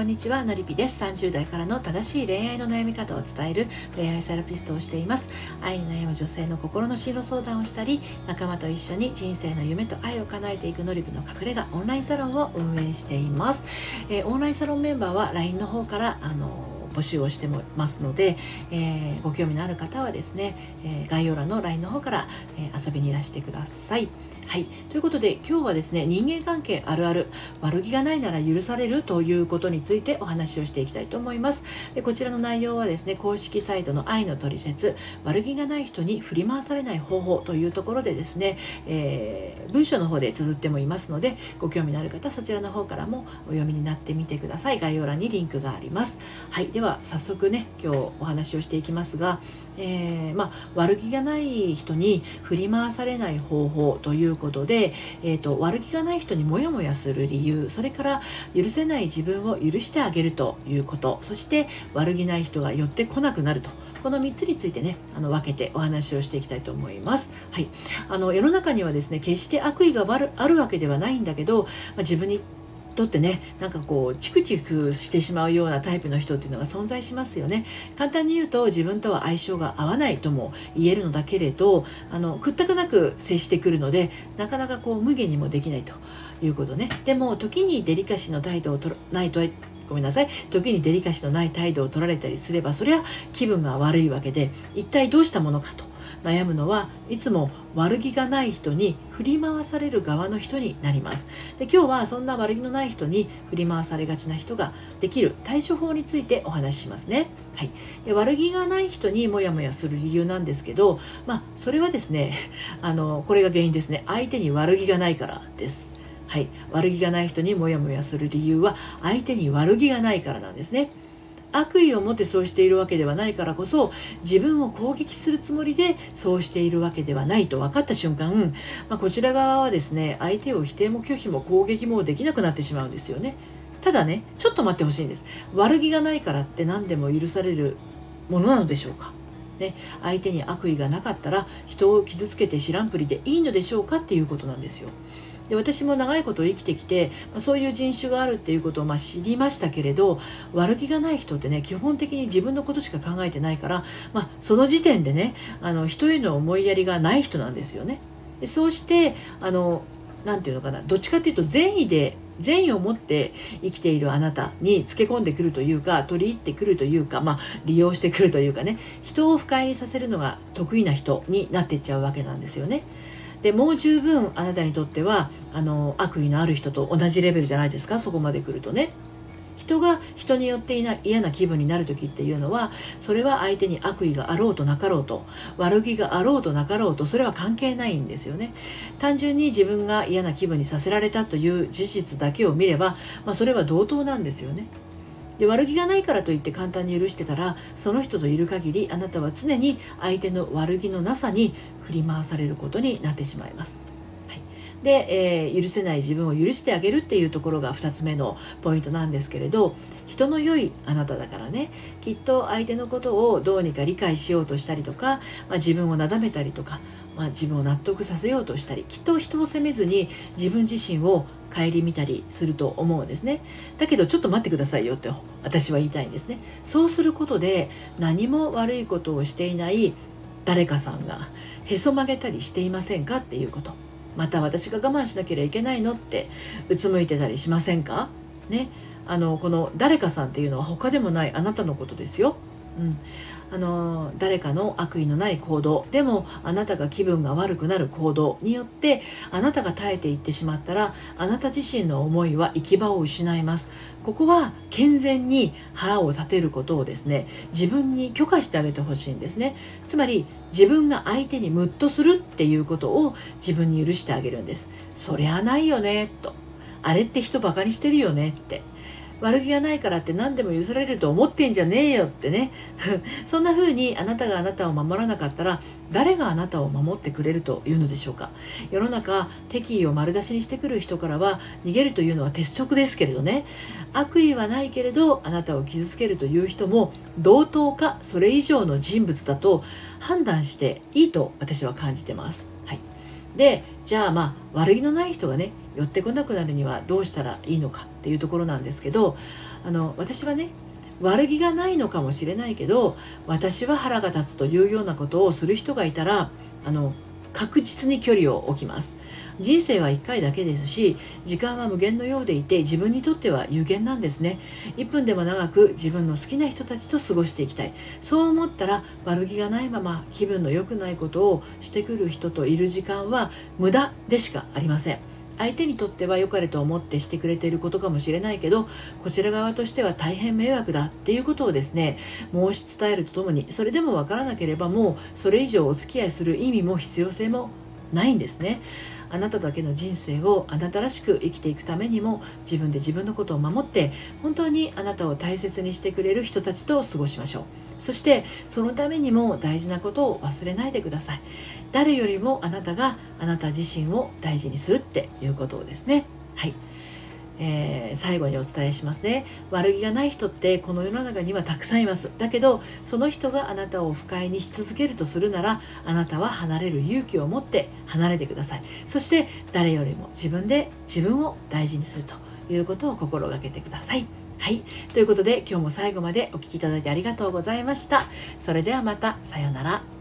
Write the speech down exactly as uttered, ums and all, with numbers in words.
こんにちは、のりぴです。さんじゅう代からの正しい恋愛の悩み方を伝える恋愛セラピストをしています。愛に悩む女性の心の進路相談をしたり、仲間と一緒に人生の夢と愛を叶えていくのりぴの隠れ家オンラインサロンを運営しています。えー、オンラインサロンメンバーは ライン の方からあの募集をしてますので、えー、ご興味のある方はですね、えー、概要欄の ライン の方から、えー、遊びにいらしてください。はい、ということで今日はですね、人間関係あるある、悪気がないなら許されるということについてお話をしていきたいと思います。でこちらの内容はですね、公式サイトの愛のトリセツ、悪気がない人に振り回されない方法というところでですね、えー、文章の方で綴ってもいますので、ご興味のある方そちらの方からもお読みになってみてください。概要欄にリンクがあります。はい、では早速ね、今日お話をしていきますが、えーまあ、悪気がない人に振り回されない方法ということで、えーと、悪気がない人にモヤモヤする理由、それから許せない自分を許してあげるということ、そして悪気ない人が寄ってこなくなると、このみっつについてね、あの分けてお話をしていきたいと思います。はい、あの世の中にはですね、決して悪意があるわけではないんだけど、まあ、自分にとってね、なんかこうチクチクしてしまうようなタイプの人っていうのが存在しますよね。簡単に言うと、自分とは相性が合わないとも言えるのだけれど、あの屈託なく接してくるので、なかなかこう無限にもできないということね。でも時にデリカシーの態度を取らないとごめんなさい時にデリカシーのない態度を取られたりすれば、それは気分が悪いわけで、一体どうしたものかと悩むのは、いつも悪気がない人に振り回される側の人になります。で今日はそんな悪気のない人に振り回されがちな人ができる対処法についてお話ししますね。はい、で悪気がない人にモヤモヤする理由なんですけど、まあそれはですね、あのこれが原因ですね。相手に悪気がないからです。はい、悪気がない人にモヤモヤする理由は、相手に悪気がないからなんですね。悪意を持ってそうしているわけではないからこそ、自分を攻撃するつもりでそうしているわけではないと分かった瞬間、まあ、こちら側はですね、相手を否定も拒否も攻撃もできなくなってしまうんですよね。ただね、ちょっと待ってほしいんです。悪気がないからって何でも許されるものなのでしょうか。ね、相手に悪意がなかったら人を傷つけて知らんぷりでいいのでしょうかっていうことなんですよ。で私も長いこと生きてきて、そういう人種があるっていうことをまあ知りましたけれど、悪気がない人ってね、基本的に自分のことしか考えてないから、まあ、その時点でね、あの人への思いやりがない人なんですよね。でそうしてあのなんていうのかな、どっちかっていうと善意で善意を持って生きているあなたにつけ込んでくるというか、取り入ってくるというか、まあ、利用してくるというかね、人を不快にさせるのが得意な人になっていっちゃうわけなんですよね。でもう十分あなたにとってはあの悪意のある人と同じレベルじゃないですか。そこまで来るとね、人が人によっていな嫌な気分になる時っていうのは、それは相手に悪意があろうとなかろうと、悪気があろうとなかろうと、それは関係ないんですよね。単純に自分が嫌な気分にさせられたという事実だけを見れば、まあ、それは同等なんですよね。で悪気がないからといって簡単に許してたら、その人といる限りあなたは常に相手の悪気のなさに振り回されることになってしまいます。はい、で、えー、許せない自分を許してあげるっていうところがふたつめのポイントなんですけれど、人の良いあなただからね、きっと相手のことをどうにか理解しようとしたりとか、まあ、自分をなだめたりとか、まあ、自分を納得させようとしたり、きっと人を責めずに自分自身を顧みたりすると思うんですね。だけどちょっと待ってくださいよって私は言いたいんですね。そうすることで、何も悪いことをしていない誰かさんがへそ曲げたりしていませんかっていうこと。また私が我慢しなければいけないのってうつむいてたりしませんかね。あのこの誰かさんっていうのは他でもないあなたのことですよ。うん、あの誰かの悪意のない行動でも、あなたが気分が悪くなる行動によってあなたが耐えていってしまったら、あなた自身の思いは行き場を失います。ここは健全に腹を立てることをですね、自分に許可してあげてほしいんですね。つまり自分が相手にムッとするっていうことを自分に許してあげるんです。そりゃないよねと、あれって人バカにしてるよねって、悪気がないからって何でも許されると思ってんじゃねえよってねそんな風にあなたがあなたを守らなかったら、誰があなたを守ってくれるというのでしょうか。世の中敵意を丸出しにしてくる人からは逃げるというのは鉄則ですけれどね、悪意はないけれどあなたを傷つけるという人も同等かそれ以上の人物だと判断していいと私は感じてます。はい、でじゃあまあ悪気のない人がね寄ってこなくなるにはどうしたらいいのかっていうところなんですけど、あの私はね、悪気がないのかもしれないけど、私は腹が立つというようなことをする人がいたら、あの確実に距離を置きます。人生はいっかいだけですし、時間は無限のようでいて、自分にとっては有限なんですね。いっぷんでも長く自分の好きな人たちと過ごしていきたい。そう思ったら、悪気がないまま気分の良くないことをしてくる人といる時間は無駄でしかありません。相手にとっては良かれと思ってしてくれていることかもしれないけど、こちら側としては大変迷惑だっていうことをですね、申し伝えるとともに、それでも分からなければもうそれ以上お付き合いする意味も必要性もないんですね。あなただけの人生をあなたらしく生きていくためにも、自分で自分のことを守って、本当にあなたを大切にしてくれる人たちと過ごしましょう。そしてそのためにも大事なことを忘れないでください。誰よりもあなたがあなた自身を大事にするっていうことをですね。はい、えー、最後にお伝えしますね。悪気がない人ってこの世の中にはたくさんいます。だけどその人があなたを不快にし続けるとするなら、あなたは離れる勇気を持って離れてください。そして誰よりも自分で自分を大事にするということを心がけてください。はい、ということで今日も最後までお聞きいただいてありがとうございました。それではまた、さようなら。